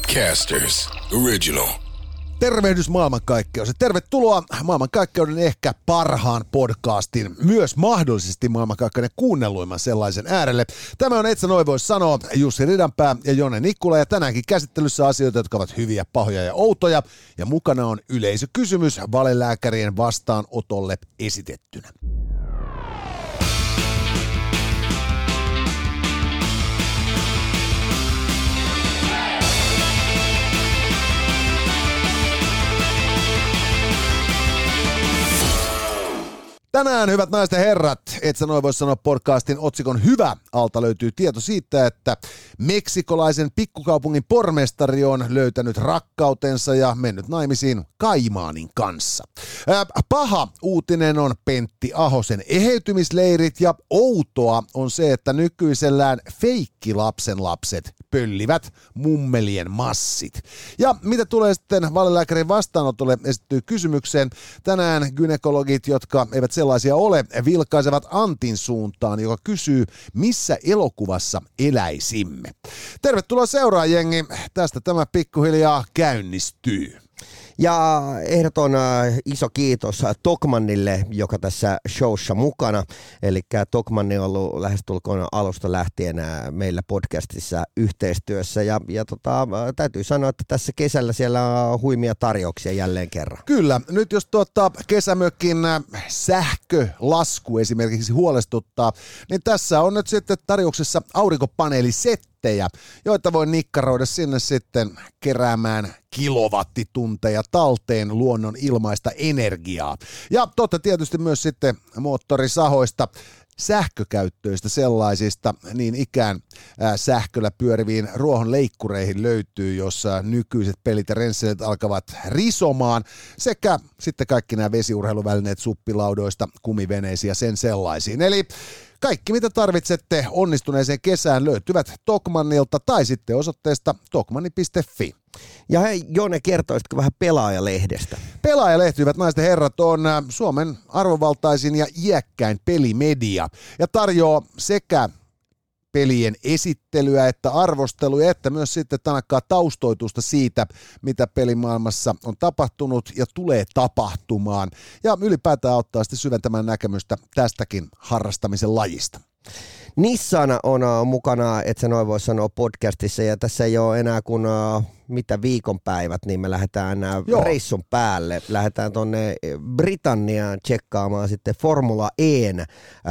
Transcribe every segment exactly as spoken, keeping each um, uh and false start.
Podcasters Original. Tervehdys maailmankaikkeus ja tervetuloa maailmankaikkeuden ehkä parhaan podcastin, myös mahdollisesti maailmankaikkeuden kuunnelluimman sellaisen äärelle. Tämä on Et sä noin vois sanoa, Jussi Ridanpää ja Jone Nikkula, ja tänäänkin käsittelyssä asioita, jotka ovat hyviä, pahoja ja outoja, ja mukana on yleisökysymys valelääkärien vastaanotolle esitettynä. Tänään, hyvät naiset ja herrat, Et sä noin vois sanoa podcastin otsikon Hyvä alta löytyy tieto siitä, että meksikolaisen pikkukaupungin pormestari on löytänyt rakkautensa ja mennyt naimisiin kaimaanin kanssa. Ää, paha uutinen on Pentti Ahosen eheytymisleirit, ja outoa on se, että nykyisellään feikkilapsen lapset pöllivät mummelien massit. Ja mitä tulee sitten valelääkärin vastaanotolle esittyy kysymykseen, tänään gynekologit, jotka eivät sellaisia ole, vilkaisevat Antin suuntaan, joka kysyy, missä elokuvassa eläisimme. Tervetuloa seuraan, jengi. Tästä tämä pikkuhiljaa käynnistyy. Ja ehdoton äh, iso kiitos Tokmannille, joka tässä showssa mukana. Eli Tokmanni on ollut lähestulkoon alusta lähtien äh, meillä podcastissa yhteistyössä. Ja, ja tota, äh, täytyy sanoa, että tässä kesällä siellä on huimia tarjouksia jälleen kerran. Kyllä. Nyt jos tuota kesämökin äh, sähkölasku esimerkiksi huolestuttaa, niin tässä on nyt sitten tarjouksessa aurinkopaneelisetti, joita voi nikkaroida sinne sitten keräämään kilowattitunteja talteen luonnon ilmaista energiaa. Ja totta tietysti myös sitten moottorisahoista, sähkökäyttöistä sellaisista, niin ikään ää, sähköllä pyöriviin ruohonleikkureihin löytyy, jossa nykyiset pelit ja rensselit alkavat risomaan, sekä sitten kaikki nämä vesiurheiluvälineet suppilaudoista, kumiveneisiin ja sen sellaisiin. Eli kaikki, mitä tarvitsette onnistuneeseen kesään, löytyvät Tokmannilta tai sitten osoitteesta tokmanni piste fi. Ja hei, Jone, kertoisitko vähän Pelaajalehdestä? Pelaajalehti, hyvät naiset ja herrat, on Suomen arvovaltaisin ja iäkkäin pelimedia ja tarjoaa sekä pelien esittelyä että arvosteluja, että myös sitten tanakkaa taustoitusta siitä, mitä pelimaailmassa on tapahtunut ja tulee tapahtumaan. Ja ylipäätään auttaa sitten syventämään näkemystä tästäkin harrastamisen lajista. Nissan on uh, mukana, Et sä noin vois sanoa podcastissa, ja tässä ei ole enää kuin uh, mitä viikonpäivät, niin me lähdetään uh, reissun päälle. Lähdetään tonne Britanniaan tsekkaamaan sitten Formula E:n uh,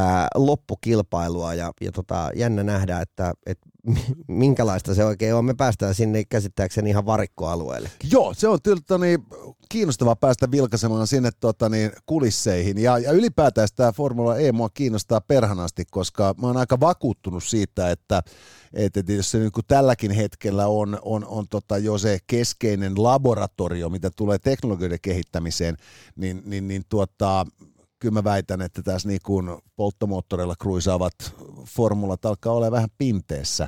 loppukilpailua, ja, ja tota, jännä nähdä, että et, minkälaista se oikein on. Me päästään sinne käsittääkseni ihan varikkoalueelle. Joo, se on tietysti kiinnostavaa päästä vilkaisemaan sinne tota, niin, kulisseihin. Ja, ja ylipäätään tämä Formula E mua kiinnostaa perhanasti, koska mä oon aika vakuuttunut siitä, että, että jos se niin kuin tälläkin hetkellä on, on, on tota, jo se keskeinen laboratorio, mitä tulee teknologioiden kehittämiseen, niin, niin, niin tuota, kyllä mä väitän, että tässä niin kuin polttomoottoreilla kruisaavat formulat alkaa olla vähän pinteessä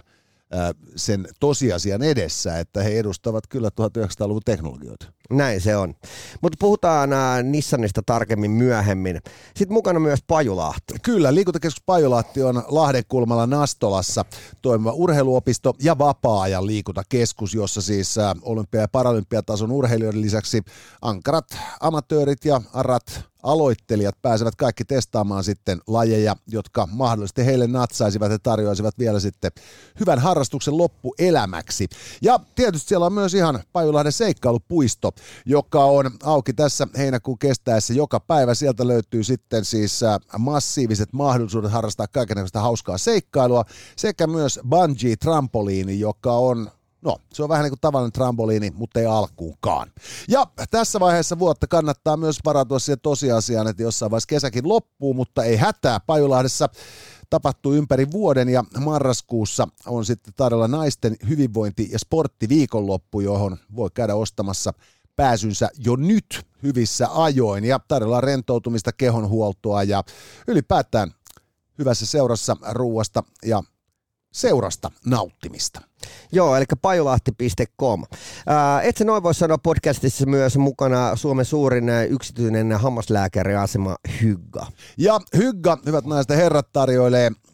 sen tosiasian edessä, että he edustavat kyllä tuhatyhdeksänsataaluvun teknologioita. Näin se on. Mutta puhutaan äh, Nissanista tarkemmin myöhemmin. Sitten mukana myös Pajulahti. Kyllä, liikuntakeskus Pajulahti on Lahdenkulmalla Nastolassa toimiva urheiluopisto ja vapaa-ajan liikuntakeskus, jossa siis äh, olympia- ja paralympiatason urheilijoiden lisäksi ankarat, amatöörit ja arat aloittelijat pääsevät kaikki testaamaan sitten lajeja, jotka mahdollisesti heille natsaisivat ja tarjoaisivat vielä sitten hyvän harrastuksen loppuelämäksi. Ja tietysti siellä on myös ihan Pajulahden seikkailupuisto, joka on auki tässä heinäkuun kestäessä joka päivä. Sieltä löytyy sitten siis massiiviset mahdollisuudet harrastaa kaikenlaista hauskaa seikkailua sekä myös bungee-trampoliini, joka on No, se on vähän niin kuin tavallinen trampoliini, mutta ei alkuunkaan. Ja tässä vaiheessa vuotta kannattaa myös varautua siihen tosiasiaan, että jossain vaiheessa kesäkin loppuu, mutta ei hätää. Pajulahdessa tapahtuu ympäri vuoden ja marraskuussa on sitten tarjolla naisten hyvinvointi- ja sporttiviikonloppu, johon voi käydä ostamassa pääsynsä jo nyt hyvissä ajoin. Ja tarjolla rentoutumista, kehonhuoltoa ja ylipäätään hyvässä seurassa ruuasta ja seurasta nauttimista. Joo, eli pajulahti piste com. Ää, et sä noin voi sanoa podcastissa myös mukana Suomen suurin yksityinen hammaslääkäriasema Hygga. Ja Hygga, hyvät naiset ja herrat, tarjoilee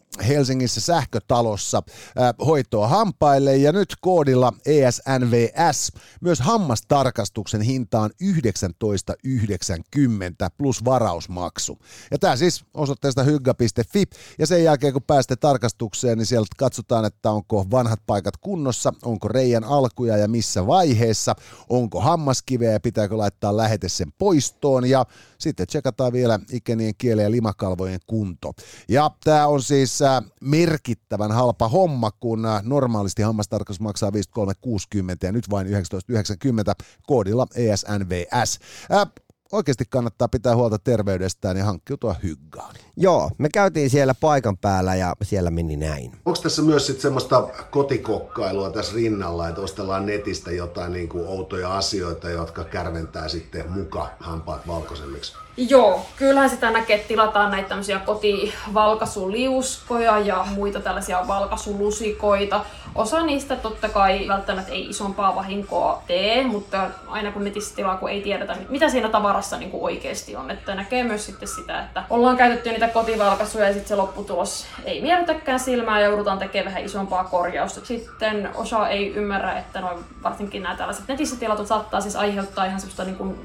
Helsingissä Sähkötalossa äh, hoitoa hampaille ja nyt koodilla E S N V S myös hammastarkastuksen hinta on yhdeksäntoista yhdeksänkymmentä plus varausmaksu. Ja tämä siis osoitteesta hygga piste fi ja sen jälkeen kun pääsette tarkastukseen, niin sieltä katsotaan, että onko vanhat paikat kunnossa, onko reijän alkuja ja missä vaiheessa, onko hammaskiveä ja pitääkö laittaa lähete sen poistoon ja sitten tsekataan vielä ikenien kielen ja limakalvojen kunto. Ja tämä on siis äh, merkittävän halpa homma, kun äh, normaalisti hammastarkastus maksaa viisikymmentäkolme kuusikymmentä ja nyt vain yhdeksäntoista yhdeksänkymmentä koodilla E S N V S. Äh, Oikeasti kannattaa pitää huolta terveydestään ja hankkiutua hyggaan. Joo, me käytiin siellä paikan päällä ja siellä meni näin. Onko tässä myös sitten semmoista kotikokkailua tässä rinnalla, että ostellaan netistä jotain niin kuin outoja asioita, jotka kärventää sitten muka hampaat valkoisemmiksi? Joo, kyllähän sitä näkee, että tilataan näitä tämmöisiä kotivalkaisuliuskoja ja muita tällaisia valkaisulusikoita. Osa niistä totta kai välttämättä ei isompaa vahinkoa tee, mutta aina kun netissä tilaa, kun ei tiedetä, mitä siinä tavarassa niin kuin oikeasti on. Että näkee myös sitten sitä, että ollaan käytetty niitä kotivalkaisuja ja sitten se lopputulos ei miellytäkään silmää ja joudutaan tekemään vähän isompaa korjausta. Sitten osa ei ymmärrä, että noin varsinkin nämä tällaiset netissä tilatut saattaa siis aiheuttaa ihan semmoista niin kuin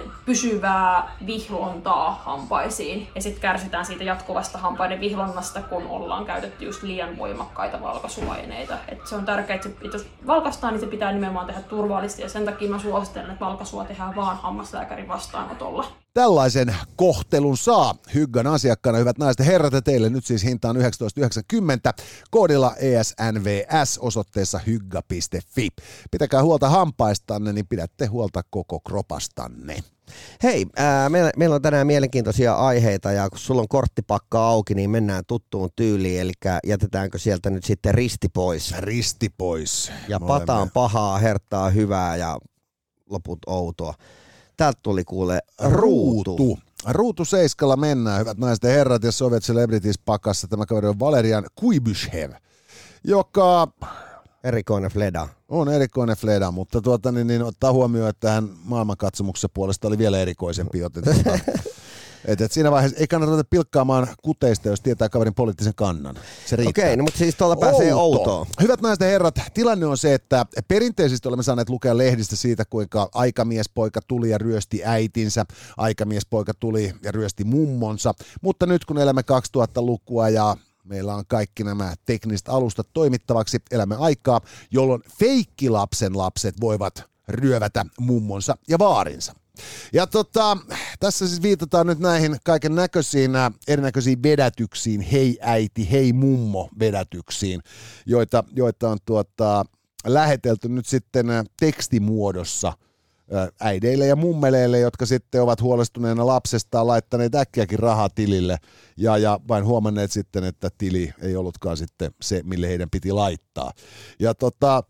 pysyvää vihlua lontaa hampaisiin ja sitten kärsitään siitä jatkuvasta hampaiden vihlonnasta, kun ollaan käytetty just liian voimakkaita valkaisuaineita. Et se on tärkeää, että, se, että jos valkaistaan, niin se pitää nimenomaan tehdä turvallisesti ja sen takia mä suosittelen, että valkaisua tehdään vaan hammaslääkärin vastaanotolla. Tällaisen kohtelun saa Hyggan asiakkaana, hyvät naiset ja herrat, ja teille nyt siis hinta on yhdeksäntoista yhdeksänkymmentä koodilla E S N V S osoitteessa hygga piste fi. Pitäkää huolta hampaistanne, niin pidätte huolta koko kropastanne. Hei, ää, meillä, meillä on tänään mielenkiintoisia aiheita ja kun sulla on korttipakka auki, niin mennään tuttuun tyyliin, eli jätetäänkö sieltä nyt sitten risti pois? Risti pois. Ja pata on pahaa, herttaa hyvää ja loput outoa. Täältä tuli kuule ruutu. ruutu. Ruutu seiskalla mennään, hyvät naiset ja herrat, ja Soviet Celebrities pakassa. Tämä kaveri on Valerian Kuibyshev, joka... Erikoinen fleda. On erikoinen fleda, mutta tuota, niin, niin, ottaa huomioon, että hän maailmankatsomuksessa puolesta oli vielä erikoisempi, joten tuota, et, et siinä vaiheessa ei kannata ruveta pilkkaamaan kuteista, jos tietää kaverin poliittisen kannan. Se riittää. Okei, no mutta siis tuolla pääsee outoon. Hyvät naiset ja herrat, tilanne on se, että perinteisesti olemme saaneet lukea lehdistä siitä, kuinka aikamiespoika tuli ja ryösti äitinsä, aikamiespoika tuli ja ryösti mummonsa, mutta nyt kun elämme kaksituhattalukua ja meillä on kaikki nämä tekniset alustat toimittavaksi, elämme aikaa, jolloin feikkilapsen lapset voivat ryövätä mummonsa ja vaarinsa. Ja tota, tässä siis viitataan nyt näihin kaiken näköisiin erinäköisiin vedätyksiin, hei äiti, hei mummo vedätyksiin, joita, joita on tuota, lähetelty nyt sitten tekstimuodossa äideille ja mummeleille, jotka sitten ovat huolestuneena lapsestaan laittaneet äkkiäkin rahaa tilille ja, ja vain huomanneet sitten, että tili ei ollutkaan sitten se, mille heidän piti laittaa. Ja tota,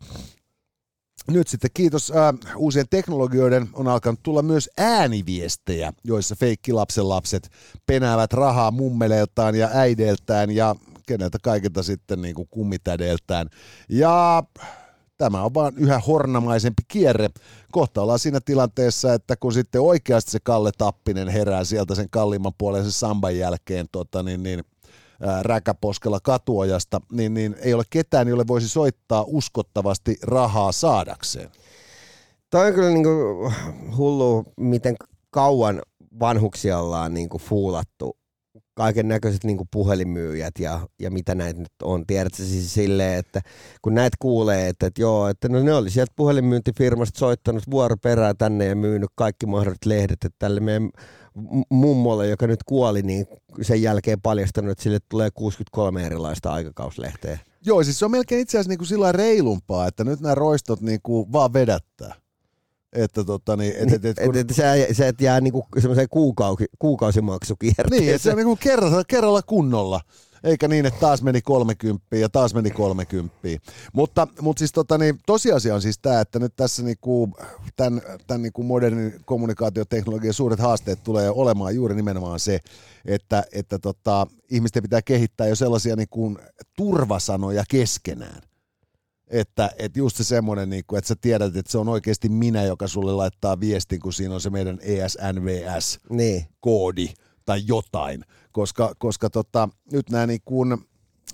nyt sitten kiitos äh, uusien teknologioiden on alkanut tulla myös ääniviestejä, joissa feikkilapsen lapset penäävät rahaa mummeleiltaan ja äideiltään ja keneltä kaikilta sitten niin kuin kummitädeiltään. Ja tämä on vaan yhä hornamaisempi kierre. Kohta ollaan siinä tilanteessa, että kun sitten oikeasti se Kalle Tappinen herää sieltä sen kalliimman puolen sen samban jälkeen tota, niin, niin, ää, räkäposkella katuojasta, niin, niin ei ole ketään, jolle voisi soittaa uskottavasti rahaa saadakseen. Toi on kyllä niin kuin hullu, miten kauan vanhuksia ollaan niin kuin fuulattu. Kaiken näköiset niin puhelinmyyjät ja, ja mitä näitä nyt on. Tiedätkö siis silleen, että kun näitä kuulee, että, että joo, että no ne oli sieltä puhelinmyyntifirmasta soittanut vuoroperää tänne ja myynyt kaikki mahdolliset lehdet, että tälle meidän mummolle, joka nyt kuoli, niin sen jälkeen paljastanut, että sille tulee kuusikymmentäkolme erilaista aikakauslehteä. Joo, siis se on melkein itse asiassa niin kuin sillä reilumpaa, että nyt nämä roistot niin kuin vaan vedättää. Että tota niin, et, et, et, kun... et, et se, se et jää niinku semmoiseen kuukausi, kuukausimaksukierteeseen. Niin, että se on niinku kerralla, kerralla kunnolla, eikä niin, että taas meni kolmekymppiä ja taas meni kolmekymppiä. Mutta, mutta siis tota niin, tosiasia on siis tämä, että nyt tässä niinku, tämän, tämän niinku modernin kommunikaatioteknologian suuret haasteet tulee olemaan juuri nimenomaan se, että, että tota, ihmisten pitää kehittää jo sellaisia niinku turvasanoja keskenään. Että, että just se semmoinen, että sä tiedät, että se on oikeasti minä, joka sulle laittaa viestin, kun siinä on se meidän E S N V S-koodi niin. tai jotain. Koska, koska tota, nyt nämä niin kuin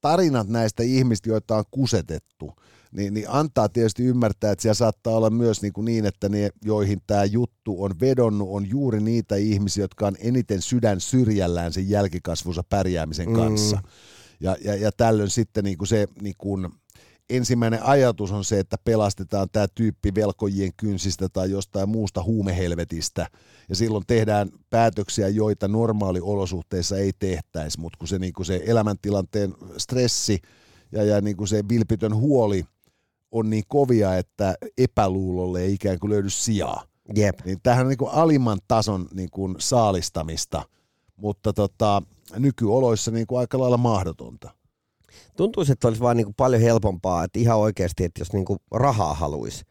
tarinat näistä ihmistä, joita on kusetettu, niin, niin antaa tietysti ymmärtää, että siellä saattaa olla myös niin, kuin niin että ne, joihin tämä juttu on vedonnut, on juuri niitä ihmisiä, jotka on eniten sydän syrjällään sen jälkikasvunsa pärjäämisen kanssa. Mm. Ja, ja, ja tällöin sitten niin kuin se niin kuin ensimmäinen ajatus on se, että pelastetaan tämä tyyppi velkojien kynsistä tai jostain muusta huumehelvetistä, ja silloin tehdään päätöksiä, joita normaaliolosuhteissa ei tehtäisi, mutta kun se, niin kuin se elämäntilanteen stressi ja, ja niin kuin se vilpitön huoli on niin kovia, että epäluulolle ei ikään kuin löydy sijaa. Jep. Niin tämähän on niin kuin alimman tason niin kuin saalistamista, mutta tota, nykyoloissa niin kuin aika lailla mahdotonta. Tuntuisi, että olisi vaan niin kuin paljon helpompaa, että ihan oikeasti, että jos niin kuin rahaa haluaisi,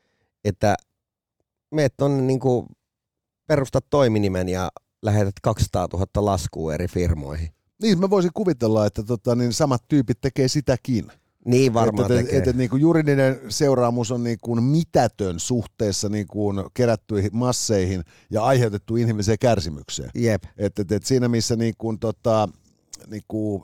että meet tuonne niin kuin perustat toiminimen ja lähetät kaksisataatuhatta laskua eri firmoihin. Niin, mä voisin kuvitella, että tota, niin samat tyypit tekee sitäkin. Niin varmaan että, tekee. Että, että niin kuin juridinen seuraamus on niin kuin mitätön suhteessa niin kuin kerättyihin masseihin ja aiheutettu inhimilliseen kärsimykseen. Jep. Että, että, että siinä missä niin kuin, tota, niin kuin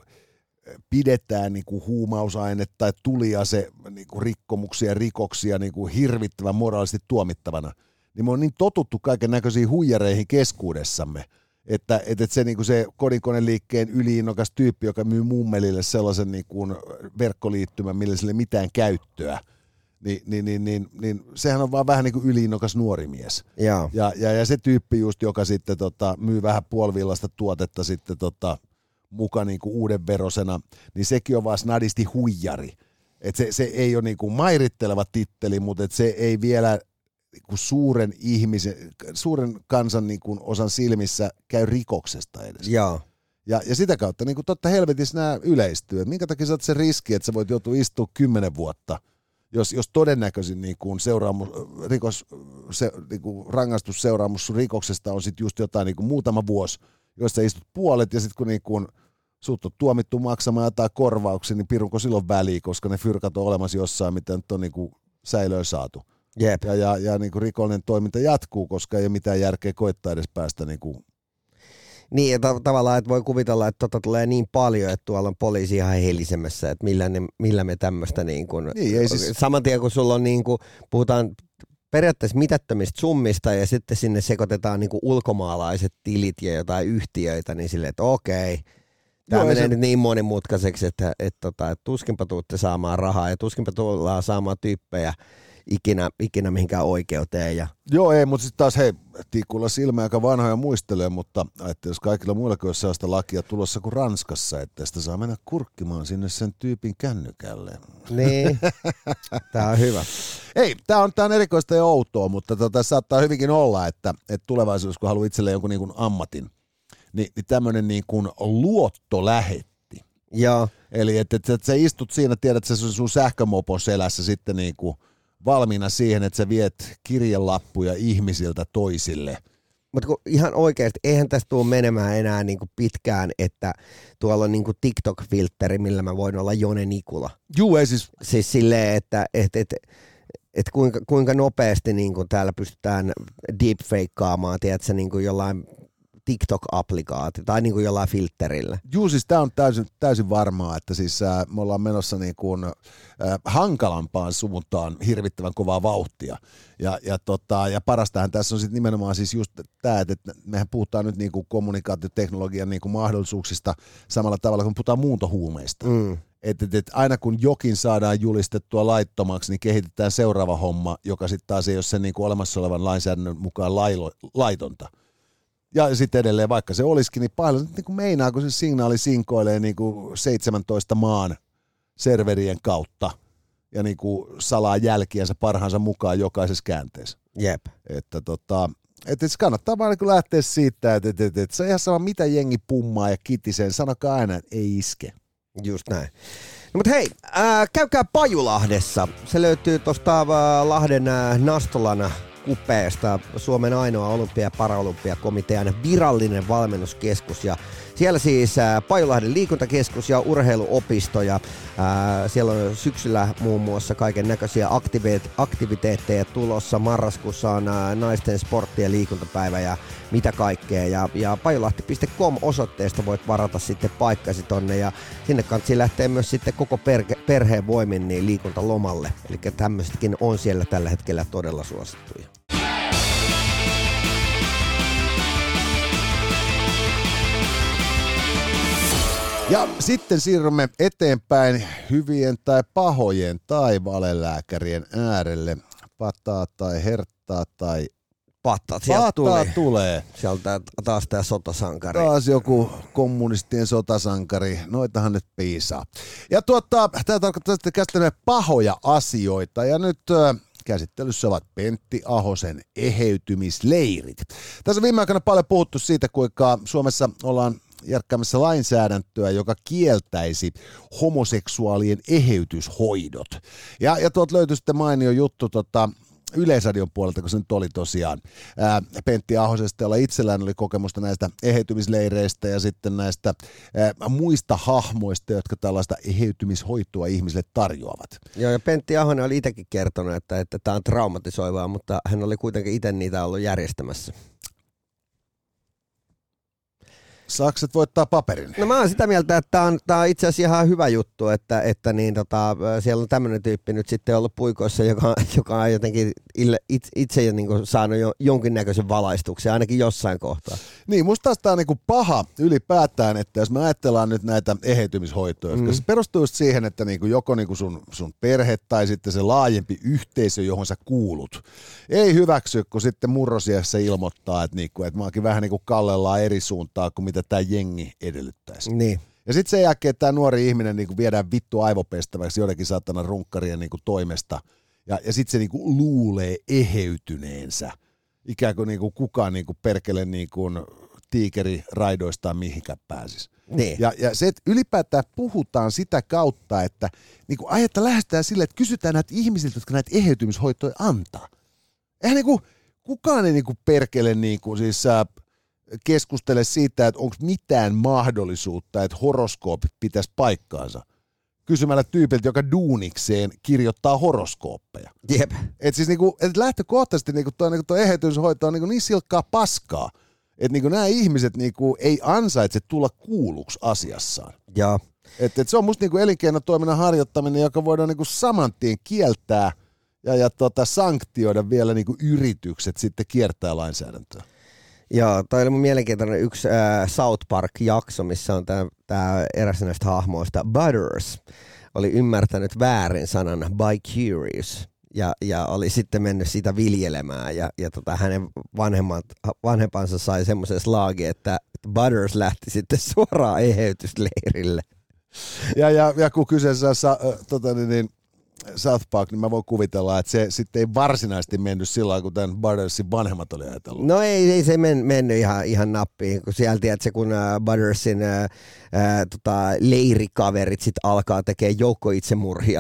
pidetään niin kuin huumausaine tai tuliase niin kuin rikkomuksia ja rikoksia niin kuin hirvittävän moraalisesti tuomittavana, niin me on niin totuttu kaiken näköisiin huijareihin keskuudessamme, että, että se, niin kuin se kodinkoneliikkeen yliinnokas tyyppi, joka myy mummelille sellaisen niin kuin verkkoliittymän, millä sille mitään käyttöä, niin, niin, niin, niin, niin sehän on vaan vähän niin kuin yliinnokas nuori mies. Ja, ja, ja, ja se tyyppi just, joka sitten tota, myy vähän puolivillaista tuotetta sitten tota, mukaan niin kuin uuden verosena, niin sekin on vaan snadisti huijari. Et se, se ei ole niin kuin mairitteleva titteli, mutta et se ei vielä niin kuin suuren ihmisen, suuren kansan niin kuin osan silmissä käy rikoksesta edes. ja. Ja, ja sitä kautta niin kuin totta helvetissä nämä yleistyy. Et minkä takia sä oot se riski, että sä voit joutua istumaan kymmenen vuotta, jos, jos todennäköisin niin kuin seuraamus, rikos, se, niin kuin rangaistusseuraamus sun rikoksesta on sitten just jotain niin kuin muutama vuosi, jos sä istut puolet ja sitten kun niin kuin sut on tuomittu maksamaan jotain korvauksia, niin pirunko silloin väliin, koska ne fyrkat on olemassa jossain, mitä nyt on niin kuin säilöön saatu. Jep. Ja, ja, ja niin kuin rikollinen toiminta jatkuu, koska ei ole mitään järkeä koittaa edes päästä. Niin, kuin. Niin ja ta- tavallaan, että voi kuvitella, että tota tulee niin paljon, että tuolla on poliisi ihan helisemässä, että millä, ne, millä me tämmöistä niin kuin, Niin, ei siis. saman tien kun sulla on niin kuin, puhutaan periaatteessa mitättömistä summista ja sitten sinne sekoitetaan niin kuin ulkomaalaiset tilit ja jotain yhtiöitä, niin silleen, että okei, tämä Joo, menee se nyt niin monimutkaiseksi, että, että, että, että, että tuskinpa tuutte saamaan rahaa ja tuskinpa tullaan saamaan tyyppejä ikinä, ikinä mihinkään oikeuteen. Ja... Joo, ei, mutta sitten taas hei, tikulla silmä aika vanhoja muistelee, mutta että jos kaikilla muillakin olisi sellaista lakia tulossa kuin Ranskassa, että sitä saa mennä kurkkimaan sinne sen tyypin kännykälle. Niin, tämä on hyvä. Ei, tämä on, tää on erikoista ja outoa, mutta tota, saattaa hyvinkin olla, että, että tulevaisuudessa kun haluaa itselleen jonkun niin kuin ammatin, niin, niin tämmöinen niin kuin luottolähetti. Joo. Eli että, että, että sä istut siinä, tiedät, että se on sun sähkömopon selässä sitten niin kuin valmiina siihen, että sä viet kirjelappuja ihmisiltä toisille. Mutta ihan oikeasti, eihän tästä tule menemään enää niinku pitkään, että tuolla on niinku TikTok-filtteri, millä mä voin olla Jone Nikula. Juu, ei siis. Siis silleen, että et, et, et kuinka, kuinka nopeasti niinku täällä pystytään deepfakeaamaan, tiedätkö, niinku jollain TikTok-applikaatio tai niinku jollain filtterillä. Juu, siis tämä on täysin, täysin varmaa, että siis äh, me ollaan menossa niin kuin, äh, hankalampaan suuntaan hirvittävän kovaa vauhtia. Ja, ja, tota, ja parastahan tässä on sitten nimenomaan siis just tämä, että mehän puhutaan nyt niin kuin kommunikaatioteknologian niin kuin mahdollisuuksista samalla tavalla kuin puhutaan muuntohuumeista. Mm. Että et, et aina kun jokin saadaan julistettua laittomaksi, niin kehitetään seuraava homma, joka sitten taas ei ole sen niin kuin olemassa olevan lainsäädännön mukaan lailo, laitonta. Ja sitten edelleen, vaikka se olisikin, niin paljon niin kuin meinaa, kun se signaali sinkoilee niin kuin seitsemäntoista maan serverien kautta ja niin kuin salaa jälkiänsä parhaansa mukaan jokaisessa käänteessä. Jep. Että tota, että se kannattaa vaan niin lähteä siitä, että, että, että, että se on ihan sama mitä jengi pummaa ja kitisee, sanokaa aina, että ei iske. Just näin. No mutta hei, ää, käykää Pajulahdessa. Se löytyy tuosta Lahden ää, Nastolan kupeesta, Suomen ainoa olympia- ja paraolympiakomitean virallinen valmennuskeskus, ja Siellä siis ää, Pajulahden liikuntakeskus ja urheiluopisto ja ää, siellä on syksyllä muun muassa kaiken näköisiä aktiviteet- aktiviteetteja tulossa. Marraskuussa on ää, naisten sportti- ja liikuntapäivä ja mitä kaikkea. Ja, ja pajulahti piste com osoitteesta voit varata sitten paikkasi tonne ja sinne kannattaa lähteä myös sitten koko perke- perheen voimin niin liikuntalomalle. Eli tämmöisetkin on siellä tällä hetkellä todella suosittuja. Ja sitten siirrymme eteenpäin hyvien tai pahojen tai valelääkärien äärelle. Pataa tai herttaa tai Patta, sieltä tuli. tulee. Sieltä taas tää sotasankari. Taas joku kommunistien sotasankari. Noitahan nyt piisaa. Ja tuota, tämä tarkoittaa, että käsittelemme pahoja asioita. Ja nyt äh, käsittelyssä ovat Pentti Ahosen eheytymisleirit. Tässä on viime aikoina paljon puhuttu siitä, kuinka Suomessa ollaan järkkäämässä lainsäädäntöä, joka kieltäisi homoseksuaalien eheytyshoidot. Ja, ja tuolta löytyi sitten mainio juttu tota, Yleisradion puolelta, kun se nyt oli tosiaan ää, Pentti Ahosesta, jolla itsellään oli kokemusta näistä eheytymisleireistä ja sitten näistä ää, muista hahmoista, jotka tällaista eheytymishoitoa ihmisille tarjoavat. Joo, ja Pentti Ahonen oli itsekin kertonut, että, että tämä on traumatisoivaa, mutta hän oli kuitenkin itse niitä ollut järjestämässä. Sakset voittaa paperin. No mä oon sitä mieltä, että tämä on, tää on itse asiassa ihan hyvä juttu, että, että niin, tota, siellä on tämmöinen tyyppi nyt sitten ollut puikoissa, joka, joka on jotenkin itse, itse niin kuin saanut jo, jonkinnäköisen valaistuksen, ainakin jossain kohtaa. Niin, musta taas tää on niin paha ylipäätään, että jos me ajatellaan nyt näitä eheytymishoitoja, mm. se perustuu just siihen, että niin kuin joko niin kuin sun, sun perhe tai sitten se laajempi yhteisö, johon sä kuulut, ei hyväksy, kun sitten murrosiässä ilmoittaa, että, niin kuin, että mä oonkin vähän niin kuin kallellaan eri suuntaan kuin mitä tämä jengi edellyttäisi. Niin. Ja sitten sen jälkeen tämä nuori ihminen niin kuin viedään vittu aivopestäväksi joidenkin saatana runkkarien niin kuin toimesta. Ja, ja sitten se niin kuin luulee eheytyneensä. Ikään kuin, niin kuin kukaan niin kuin perkele niin kuin tiikeri raidoistaan mihinkään pääsisi. Niin. Ja, ja se, että ylipäätään puhutaan sitä kautta, että niin kuin ajetta lähestytään silleen, että kysytään näitä ihmisiltä, jotka näitä eheytymishoitoja antaa. Eihän niin kuin, kukaan ei niin kuin perkele niin kuin siis äh, keskustele siitä, että onko mitään mahdollisuutta, että horoskoopit pitäisi paikkaansa kysymällä tyypiltä, joka duunikseen kirjoittaa horoskooppeja. Jep. Et siis niinku, et lähtökohtaisesti niinku tuo niinku eheytyshoito on niinku niin silkkaa paskaa, että niinku nämä ihmiset niinku ei ansaitse tulla kuulluksi asiassaan. Joo. Et, et se on musta niinku elinkeinotoiminnan harjoittaminen, joka voidaan niinku saman tien kieltää ja, ja tota sanktioida vielä niinku yritykset sitten kiertää lainsäädäntöä. Joo, toi oli mun mielenkiintoinen yksi äh, South Park-jakso, missä on tämä eräs näistä hahmoista, Butters, oli ymmärtänyt väärin sanan bi-curious ja, ja oli sitten mennyt sitä viljelemään ja, ja tota, hänen vanhemmat, vanhempansa sai semmoisen slaagin, että Butters lähti sitten suoraan eheytysleirille. Ja, ja, ja kun kyseessä on sa, äh, tota, niin, niin, South Park, niin mä voin kuvitella, että se sitten ei varsinaisesti mennyt sillä kun tämän Buttersin vanhemmat oli ajatellut. No ei, ei se men, mennyt ihan, ihan nappiin, kun siellä tiedätkö, kun uh, Buttersin uh, uh, tota, leirikaverit sit alkaa tekemään joukkoitsemurhia.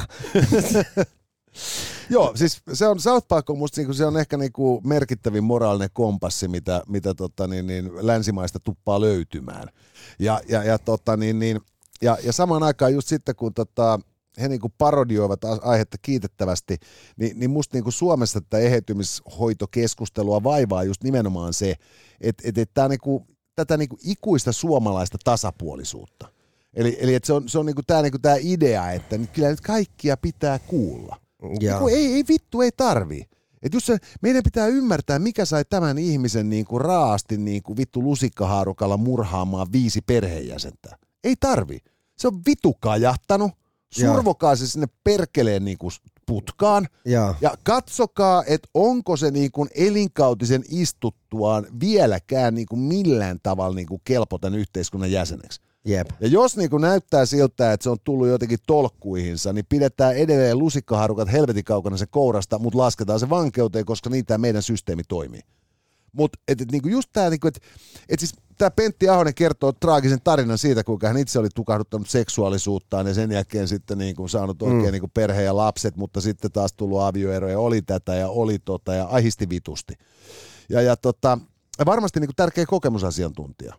Joo, siis se on, South Park on musta, niin se on ehkä niin kuin merkittävin moraalinen kompassi, mitä, mitä tota, niin, niin, länsimaista tuppaa löytymään. Ja, ja, ja, tota, niin, niin, ja, ja samaan aikaan just sitten, kun tota, he niin kuin parodioivat aihetta kiitettävästi, niin, niin musta niin kuin Suomessa tätä eheytymishoitokeskustelua vaivaa just nimenomaan se, että, että, että tämä niin kuin, tätä niin kuin ikuista suomalaista tasapuolisuutta. Eli, eli että se on, se on niin kuin tämä, niin kuin tämä idea, että nyt kyllä nyt kaikkia pitää kuulla. Niin ei, ei vittu, ei tarvii. Että just se, meidän pitää ymmärtää, mikä sai tämän ihmisen niin kuin raasti niin kuin vittu lusikkahaarukalla murhaamaan viisi perheenjäsentä. Ei tarvi. Se on vitu kajahtanut. Survokaa se sinne perkeleen niin kuin putkaan ja, ja katsokaa, että onko se niin kuin elinkautisen istuttuaan vieläkään niin kuin millään tavalla niin kuin kelpo tämän yhteiskunnan jäseneksi. Jep. Ja jos niin kuin näyttää siltä, että se on tullut jotenkin tolkkuihinsa, niin pidetään edelleen lusikkaharukat helvetin kaukana se kourasta, mutta lasketaan se vankeuteen, koska niin tämä meidän systeemi toimii. Mutta et, et, niinku just tämä, niinku, että et siis tämä Pentti Ahonen kertoo traagisen tarinan siitä, kuinka hän itse oli tukahduttanut seksuaalisuuttaan ja sen jälkeen sitten niinku saanut oikein mm. niinku perhe ja lapset, mutta sitten taas tullut avioero ja oli tätä ja oli tota ja ahisti vitusti. Ja, ja tota, varmasti niinku tärkeä kokemusasiantuntija.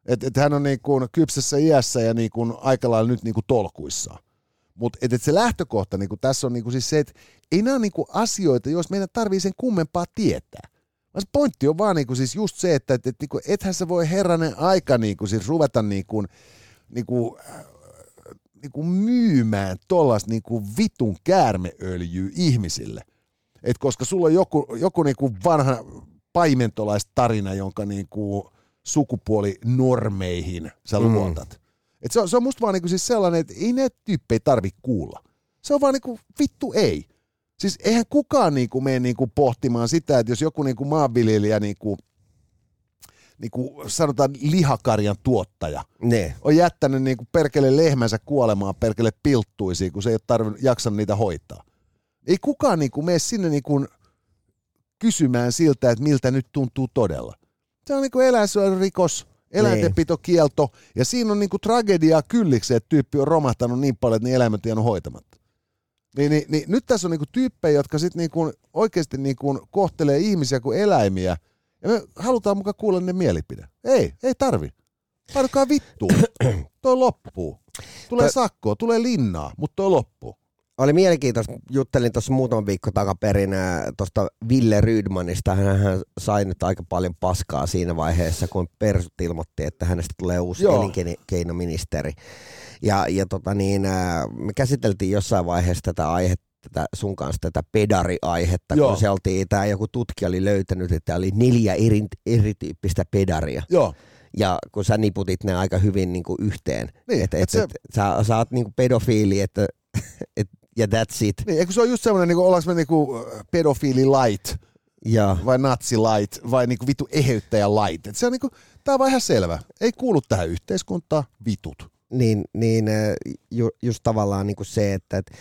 Että et hän on niin kuin kypsessä iässä ja niin kuin aika lailla nyt niin kuin tolkuissaan. Mutta et, et se lähtökohta niin kuin tässä on niin kuin siis se, että ei nämä ole niin kuin asioita, jos meidän tarvii sen kummempaa tietää. Vaan se pointti on vaan niin kuin siis just se, että et, et, niin kuin, ethän sä voi herranen aika niin kuin siis ruveta niin kuin, niin kuin, niin kuin myymään tollaista niin kuin vitun käärmeöljyä ihmisille. Et koska sulla on joku, joku niin kuin vanha paimentolaistarina, jonka niin kuin sukupuolinormeihin sä luotat. Mm. Et se, on, se on musta vaan niinku siis sellainen, että ei näitä tyyppejä tarvitse kuulla. Se on vaan niinku vittu ei. Siis eihän kukaan niinku mene niinku pohtimaan sitä, että jos joku niinku maanviljelijä, niinku, niinku sanotaan lihakarjan tuottaja, ne. on jättänyt niinku perkele lehmänsä kuolemaan perkele pilttuisiin, kun se ei ole tarvinnut jaksanut niitä hoitaa. Ei kukaan niinku mene sinne niinku kysymään siltä, että miltä nyt tuntuu todella. Se on niinku eläinsuojelurikos, eläintenpitokielto, ja siinä on niinku tragediaa kylliksi, että tyyppi on romahtanut niin paljon, että ne eläimet on jäänyt hoitamatta. Niin, niin, niin, nyt tässä on niinku tyyppejä, jotka sit niinku oikeasti niinku kohtelee ihmisiä kuin eläimiä, ja me halutaan mukaan kuulla ne mielipide. Ei, ei tarvi. Painokaa vittuun. Toi loppuu. Tulee sakkoa, tulee linnaa, mutta toi loppuu. Oli mielenkiintoista. Juttelin tuossa muutaman viikko takaperin tuosta Ville Rydmanista. Hän sai nyt aika paljon paskaa siinä vaiheessa, kun Persut ilmoitti, että hänestä tulee uusi Joo. elinkeinoministeri. Ja, ja tota niin, me käsiteltiin jossain vaiheessa tätä aihetta, tätä, sun kanssa tätä pedari-aihetta, Joo. kun se oltiin, tämä joku tutkija oli löytänyt, että oli neljä eri, erityyppistä pedaria. Joo. Ja kun sä niputit ne aika hyvin niin kuin yhteen, niin, että et et, se... et, sä, sä oot niin kuin pedofiili, että et, ja that's it. Niin, eikö se ole just semmoinen, niin ollaanko me niinku pedofiili light, ja. vai natsi light, vai niinku vittu eheyttäjä light. Et se on niinku, tää on vaan ihan selvä. Ei kuulu tähän yhteiskuntaan, vitut. Niin, niin ju, just tavallaan niinku se, että et,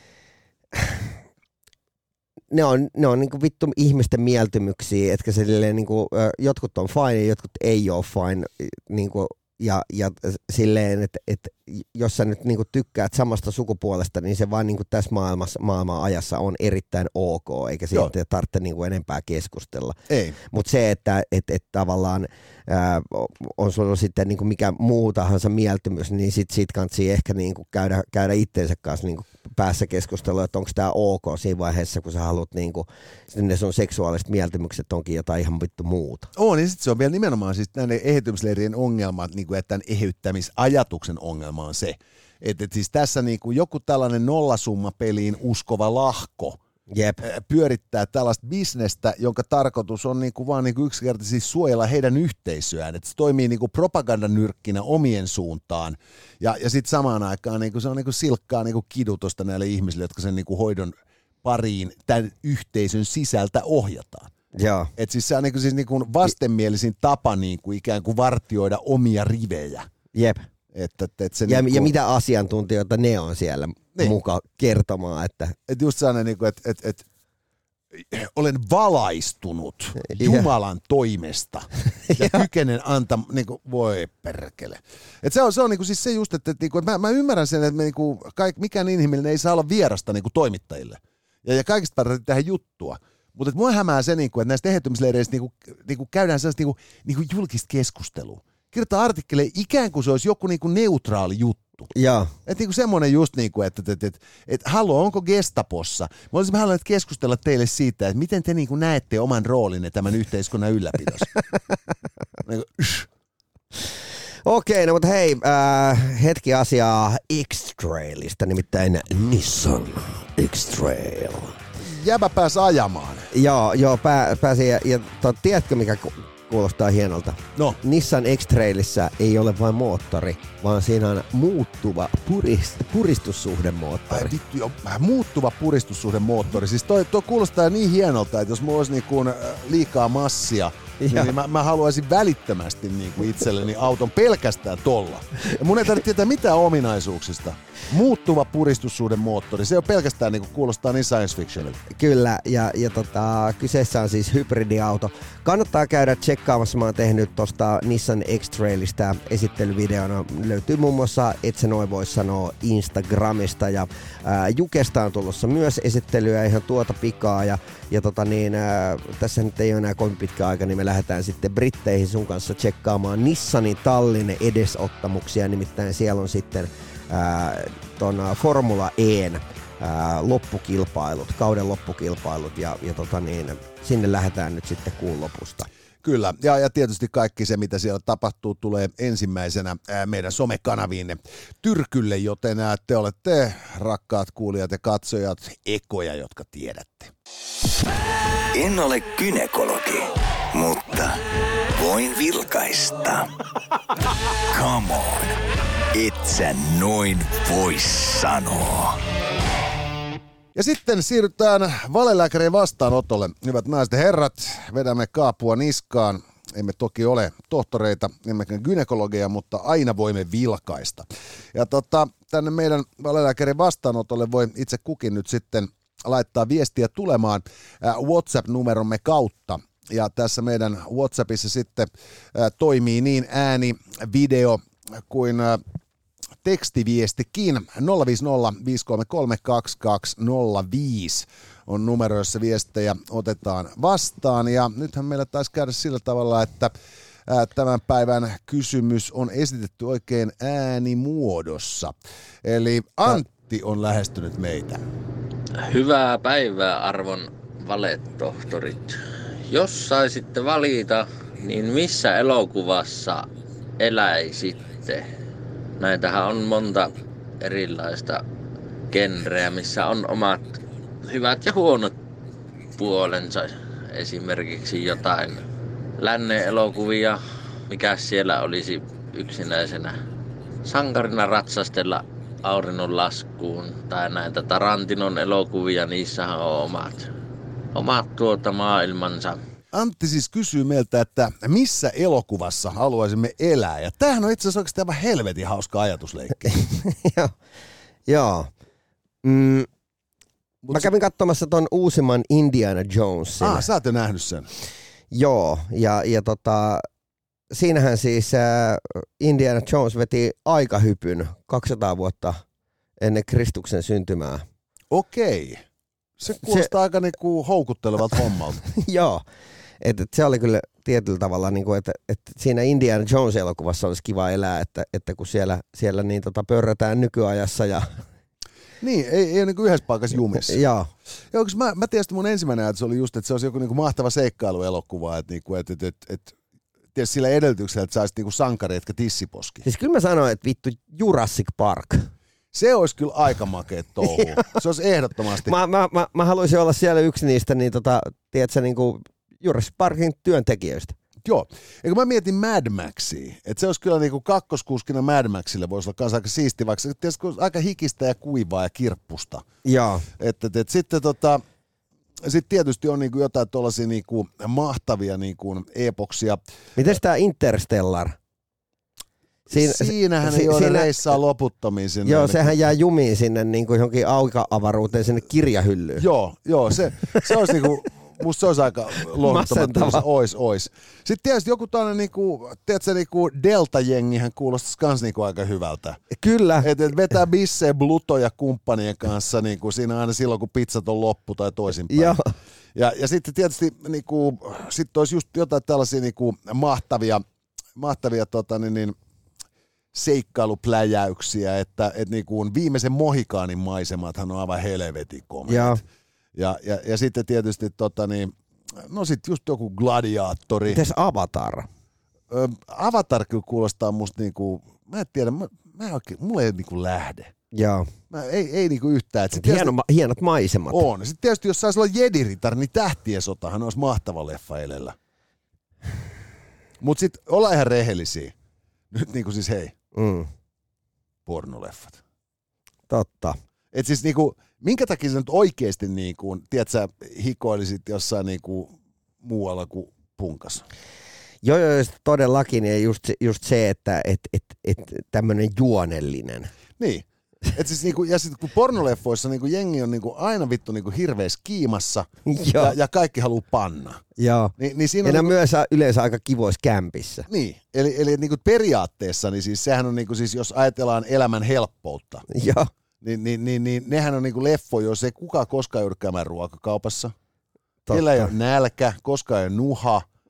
ne on, ne on niinku vittu ihmisten mieltymyksiä, etkä silleen niinku, jotkut on fine ja jotkut ei ole fine, niinku, ja, ja silleen, että et, jos sä nyt niinku tykkäät samasta sukupuolesta, niin se vaan niinku tässä maailmassa, maailman ajassa on erittäin ok, eikä siitä tarvitse niinku enempää keskustella. Mutta se, että et, et tavallaan ää, on sulla sitten niinku mikä muu tahansa mieltymys, niin sit, sit kansi ehkä niinku käydä, käydä itteensä kanssa niinku päässä keskustelua, että onko tämä ok siinä vaiheessa, kun sä haluat niinku, ne sun seksuaaliset mieltymykset onkin jotain ihan vittu muuta. On, ja sitten se on vielä nimenomaan siis näiden eheytymisleirien ongelmat, niinku, että tämän eheyttämisajatuksen ongelma on se, että et siis tässä niinku joku tällainen nollasummapeliin uskova lahko Jep. pyörittää tällaista bisnestä, jonka tarkoitus on niinku vaan niinku yksinkertaisesti suojella heidän yhteisöään, että se toimii niinku propagandanyrkkinä omien suuntaan, ja, ja sitten samaan aikaan niinku se on niinku silkkaa niinku kidutusta näille ihmisille, jotka sen niinku hoidon pariin tämän yhteisön sisältä ohjataan. Joo. Et siis se on niinku, siis niinku vastenmielisin tapa niinku ikään kuin vartioida omia rivejä. Jep. Että, että se ja, niinku... ja mitä asiantuntijoita ne on siellä niin. mukaan kertomaan. Että et just sellainen, niinku, että et, et, olen valaistunut Jumalan toimesta ja kykenen antaa, niinku, voi perkele. Et se on, se on niinku, siis se just, että et, niinku, mä, mä ymmärrän sen, että me, niinku, kaik, mikään inhimillinen ei saa olla vierasta niinku, toimittajille. Ja, ja kaikista tarvitsee tehdä juttua. Mutta mua hämää se, niinku, että näistä eheytymisleireistä niinku, niinku, käydään sellaista niinku, niinku julkista keskustelua. Kirjoittaa artikkeleja ikään kuin se olisi joku niinku neutraali juttu. Joo. Että niinku semmoinen just niinku, että et, et, et, et, hallo, onko Gestapossa? Mä olisin halunnut keskustella teille siitä, että miten te niinku näette oman roolinne tämän yhteiskunnan ylläpidossa. Niinku, Okei, no mutta hei, äh, hetki asiaa X-Trailista, nimittäin Nissan X-Trail. Jäbä pääsi ajamaan. Joo, joo pää, pääsi ja, ja to, tiedätkö mikä kuulostaa hienolta? No. Nissan X-Trailissä ei ole vain moottori, vaan siinä on muuttuva purist, puristussuhdemoottori. Ai vittu, jo, muuttuva puristussuhdemoottori. Siis toi, toi kuulostaa niin hienolta, että jos mulla olisi niinku liikaa massia, niin mä, mä haluaisin välittömästi niinku itselleni auton pelkästään tolla. Ja mun ei tarvitse tietää mitään ominaisuuksista. Muuttuva puristussuhdemoottori, se on pelkästään niinku kuulostaa niin science fictionilta. Kyllä, ja, ja tota, kyseessä on siis hybridiauto. Kannattaa käydä tsekkaamassa, mä oon tehnyt tosta Nissan X-Trailista esittelyvideona. Löytyy muun muassa, et sä noin voi sanoa, Instagramista, ja ää, Jukesta on tulossa myös esittelyä ihan tuota pikaa, ja, ja tota niin, ää, tässä nyt ei ole enää kovin pitkä aika, niin me me lähdetään sitten Britteihin sun kanssa tsekkaamaan Nissanin Tallinne edesottamuksia, nimittäin siellä on sitten ää, ton Formula E:n ää, loppukilpailut, kauden loppukilpailut ja, ja tota niin, sinne lähdetään nyt sitten kuun lopusta. Kyllä, ja, ja tietysti kaikki se, mitä siellä tapahtuu, tulee ensimmäisenä ää, meidän somekanaviin Tyrkylle, joten ää, te olette, rakkaat kuulijat ja katsojat, ekoja, jotka tiedätte. En ole gynekologi, mutta voin vilkaista. Come on, et sä noin voi sanoa. Ja sitten siirrytään valelääkärin vastaanotolle. Hyvät naiset ja herrat, vedämme kaapua niskaan. Emme toki ole tohtoreita, emmekä gynekologeja, mutta aina voimme vilkaista. Ja tota, tänne meidän valelääkärin vastaanotolle voi itse kukin nyt sitten laittaa viestiä tulemaan WhatsApp-numeromme kautta. Ja tässä meidän WhatsAppissa sitten toimii niin ääni, video kuin tekstiviestikin. nolla viisi nolla viisi kolme kolme kaksi kaksi nolla viisi on numero, jossa viestejä otetaan vastaan. Ja nythän meillä taisi käydä sillä tavalla, että tämän päivän kysymys on esitetty oikein äänimuodossa. Eli Antti on lähestynyt meitä. Hyvää päivää, arvon valetohtorit. Jos saisitte valita, niin missä elokuvassa eläisitte? Näitähän on monta erilaista genreä, missä on omat hyvät ja huonot puolensa. Esimerkiksi jotain lännen elokuvia, mikä siellä olisi yksinäisenä sankarina ratsastella aurinnon laskuun. Tai näitä Tarantinon elokuvia, niissähän on omat, omat tuota maailmansa. Antti siis kysyy meiltä, että missä elokuvassa haluaisimme elää. Ja tämähän on itse asiassa oikeasti aivan helvetin hauska ajatusleikki. Joo. Joo. Mm, mä kävin katsomassa ton uusimman Indiana Jonesin. Ah, sä oot jo nähnyt sen. Joo, ja, ja tota, siinähän siis äh, Indiana Jones veti aikahypyn kaksisataa vuotta ennen Kristuksen syntymää. Okei. Se kuulostaa se, aika niinku houkuttelevalta hommalta. Joo. Et, et se oli kyllä tietyllä tavalla, niin kuin, että, että siinä Indiana Jones-elokuvassa olisi kiva elää, että, että kun siellä, siellä niin tota pörrätään nykyajassa. Ja... Niin, ei, ei ole niin kuin yhdessä paikassa jumissa. Joo. Joo, mä, mä tiedän, että mun ensimmäinen ajatus oli just, että se olisi joku niin kuin mahtava seikkailuelokuva, että, niin että, että, että, että tietysti sillä edellytyksellä, että saisit niin kuin sankari, etkä tissiposki. Siis kyllä mä sanoin, että vittu Jurassic Park. Se olisi kyllä aika makeet touhu. Se olisi ehdottomasti. Mä, mä, mä, mä haluaisin olla siellä yksi niistä, niin tota, tiedätkö, niin kuin Jurassic Parkin työntekijöistä. Joo. Ja kun mä mietin Mad Maxia, että se olisi kyllä niin kuin kakkoskuskina Mad Maxille voisi olla kanssa aika siisti, vaikka se aika hikistä ja kuivaa ja kirppusta. Joo. Että et, et, sitten tota, sit tietysti on niin kuin jotain tuollaisia niin kuin mahtavia niin kuin epoksia. Miten tämä Interstellar? Siin, Siinähän si, ei ole siinä, reissaa loputtomiin sinne. Joo, sehän jää jumiin sinne niin kuin johonkin auka-avaruuteen, sinne kirjahyllyyn. Joo, joo se, se olisi niin kuin, musta se olisi aika lohduttava. Ois, ois. Sitten tietysti joku tällainen, niinku, tiedätkö, niinku Delta-jengihän kuulostaisi kans niinku aika hyvältä. Kyllä. Että et vetää bissejä Blutoja kumppanien kanssa niinku, siinä aina silloin, kun pizzat on loppu tai toisinpäin. Joo. Ja, ja sitten tietysti niinku, sit olisi just jotain tällaisia niinku, mahtavia, mahtavia tota, niin, niin, seikkailupläjäyksiä, että et, niinku, viimeisen Mohikaanin maisemathan on aivan helvetin komeat. Joo. Ja, ja, ja sitten tietysti tota niin, no sit just joku gladiaattori. Mites Avatar? Ö, Avatar kyllä kuulostaa musta niinku, mä en tiedä, mä, mä oikein, mulla ei niinku lähde. Joo. Mä, ei, ei niinku yhtään. Hieno, tietysti, hienot maisemat. On. Sitten tietysti jos saisi olla Jedi-ritar, niin Tähtien sotahan olisi mahtava leffa elellä. Mut sit ollaan ihan rehellisiä. Nyt niinku siis hei, mm. pornoleffat. Totta. Et siis niinku, minkä takia sä nyt oikeesti niinku, tiedätkö, hikoilisit jossain niinku muualla kuin punkas? Joo, joo, todellakin. Ja just, just se, että et, et, et tämmönen juonellinen. Niin. Et siis niinku, ja sitten kun pornoleffoissa niinku jengi on niinku aina vittu niinku hirveässä kiimassa ja, ja kaikki haluaa panna. Joo. Ni, niin siinä ja on ne niinku, myös yleensä aika kivoissa kämpissä. Niin, eli, eli niinku periaatteessa, niin siis sehän on niinku siis, jos ajatellaan elämän helppoutta, Joo. Niin, niin, niin, niin nehän on niinku leffoja, jos ei kukaan koskaan joudu käymään ruokakaupassa. Totta. Kellä ei ole nälkä, koskaan ei ole nuha.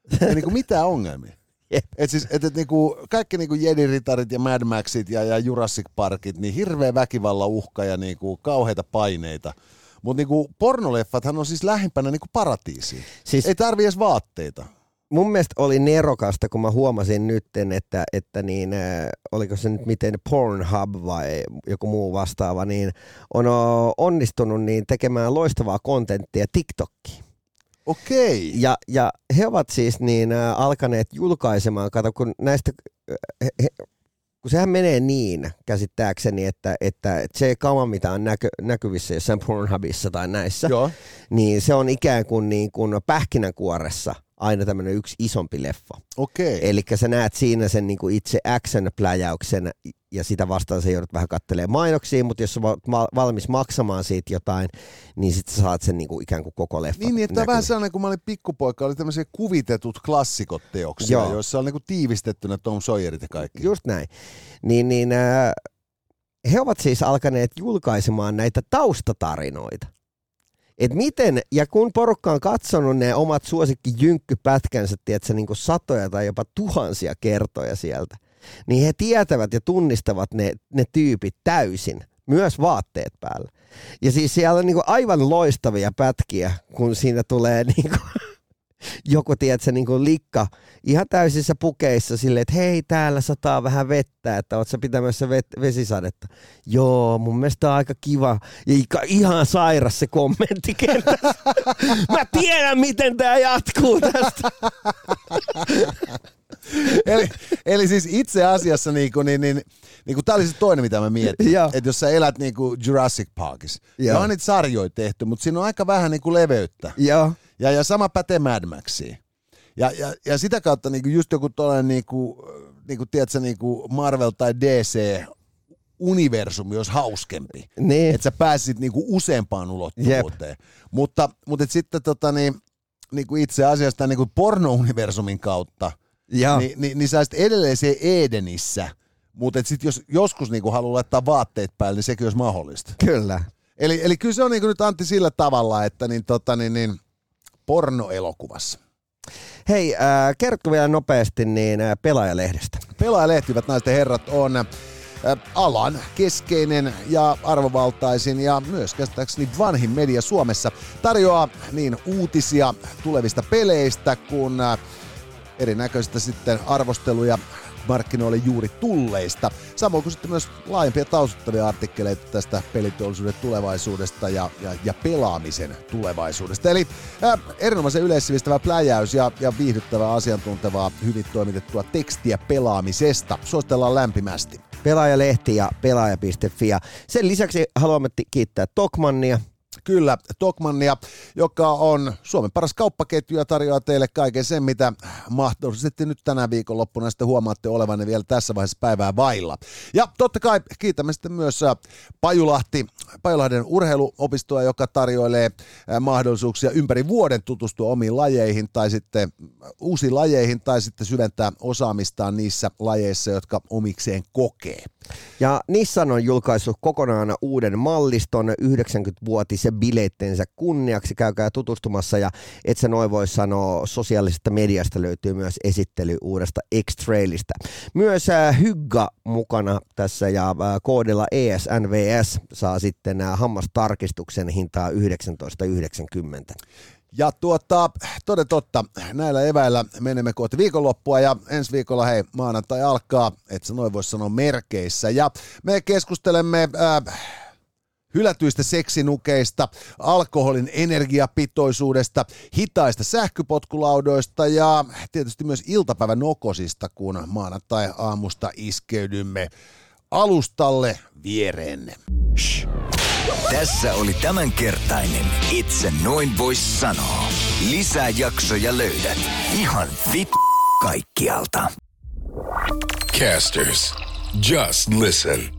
Ei niinku mitään ongelmia. Et siis, et, et niinku, kaikki niinku Jedi-ritarit ja Mad Maxit ja, ja Jurassic Parkit, niin hirveä väkivallan uhka ja niinku kauheita paineita. Mutta niinku pornoleffathan on siis lähimpänä niinku paratiisiin. Siis, ei tarvii edes vaatteita. Mun mielestä oli nerokasta, kun mä huomasin nytten, että, että niin, äh, oliko se nyt miten Pornhub vai joku muu vastaava, niin on onnistunut niin tekemään loistavaa kontenttia TikTokkiin. Okei. Ja, ja he ovat siis niin äh, alkaneet julkaisemaan, kato kun näistä, äh, he, kun sehän menee niin käsittääkseni, että, että se kama, mitä on näkö, näkyvissä jossain Pornhubissa tai näissä, Joo. niin se on ikään kuin, niin kuin pähkinänkuoressa aina tämmöinen yksi isompi leffa. Okei. Eli sä näet siinä sen niin kuin itse action-pläjäyksen ja sitä vastaan sä joudut vähän katselemaan mainoksia, mutta jos sä oot valmis maksamaan siitä jotain, niin sit sä saat sen niin kuin ikään kuin koko leffan. Niin, niin että on vähän sellainen, kun mä olin pikkupoika, oli tämmöisiä kuvitetut klassikot teoksia, Joo. joissa on niin kuin tiivistettynä Tom Sawyerit ja kaikki. Just näin. Niin, niin äh, he ovat siis alkaneet julkaisemaan näitä taustatarinoita. Et miten, ja kun porukka on katsonut ne omat suosikkijynkkypätkänsä, tiedätkö, niin kuin satoja tai jopa tuhansia kertoja sieltä, niin he tietävät ja tunnistavat ne, ne tyypit täysin, myös vaatteet päällä. Ja siis siellä on niin kuin aivan loistavia pätkiä, kun siinä tulee niin kuin joku, tiedätkö, niin kuin likka ihan täysissä pukeissa silleen, että hei, täällä sataa vähän vettä, että oot sä pitämässä vet- vesisadetta. Joo, mun mielestä on aika kiva ja ihan sairas se kommentti kentässä. Mä tiedän, miten tää jatkuu tästä. eli, eli siis itse asiassa niinku, niin, niin, niinku, tää oli se toinen, mitä mä mietin. Että jos sä elät niinku Jurassic Parkissa, ja on niitä sarjoja tehty, mutta siinä on aika vähän niinku leveyttä. Joo. Ja, ja sama pätee Mad Maxiin. Ja, ja, ja sitä kautta niinku just joku tollainen niinku, niinku, tiedätkö, niinku Marvel tai D C-universumi olisi hauskempi. Niin. Että sä pääsisit niinku useampaan ulottuvuuteen. Jep. Mutta, mutta et sitten tota, niin, niinku itse asiassa niinku porno-universumin kautta niin, niin, niin sä olisit edelleen se Edenissä. Mutta sitten jos joskus niinku haluaa laittaa vaatteet päälle, niin sekin olisi mahdollista. Kyllä. Eli, eli kyllä se on niinku nyt Antti sillä tavalla, että niin, tota, niin, niin, pornoelokuvassa. Hei, äh, kerrotko vielä nopeasti niin äh, Pelaajalehdestä? Pelaajalehti, hyvät naiset ja herrat, on äh, alan keskeinen ja arvovaltaisin ja myös käsittääkseni vanhin media Suomessa. Tarjoaa niin uutisia tulevista peleistä kuin äh, erinäköistä sitten arvosteluja markkinoille juuri tulleista. Samoin kuin sitten myös laajempia taustattavia artikkeleita tästä peliteollisuuden tulevaisuudesta ja, ja, ja pelaamisen tulevaisuudesta. Eli ää, erinomaisen yleissivistävä pläjäys ja, ja viihdyttävää asiantuntevaa, hyvin toimitettua tekstiä pelaamisesta. Suositellaan lämpimästi. Pelaajalehti ja pelaaja piste fi. Ja sen lisäksi haluamme kiittää Tokmannia. Kyllä, Tokmannia, joka on Suomen paras kauppaketju ja tarjoaa teille kaiken sen, mitä mahdollisesti nyt tänä viikonloppuna sitten huomaatte olevanne vielä tässä vaiheessa päivää vailla. Ja totta kai kiitämme sitten myös Pajulahti, Pajulahden urheiluopistoa, joka tarjoilee mahdollisuuksia ympäri vuoden tutustua omiin lajeihin tai sitten uusiin lajeihin tai sitten syventää osaamistaan niissä lajeissa, jotka omikseen kokee. Ja Nissan on julkaissut kokonaan uuden malliston yhdeksänkymmenvuotisen bileittensä kunniaksi. Käykää tutustumassa ja et sä noin voi sanoa, sosiaalisesta mediasta löytyy myös esittely uudesta X-Trailista. Myös äh, Hygga mukana tässä ja äh, koodilla E S N V S saa sitten äh, hammastarkistuksen hintaa yhdeksäntoista yhdeksänkymmentä. Ja tuota, toden totta, näillä eväillä menemme kohti viikonloppua ja ensi viikolla hei, maanantai alkaa, et sä noin vois sanoa merkeissä. Ja me keskustelemme äh, hylätyistä seksinukeista, alkoholin energiapitoisuudesta, hitaista sähköpotkulaudoista ja tietysti myös iltapäivän nokosista, kun maanantai aamusta iskeydymme alustalle viereenne. Shh. Tässä oli tämänkertainen Et sä noin vois sanoa. Lisää jaksoja löydät ihan vit kaikkialta. Casters, just listen.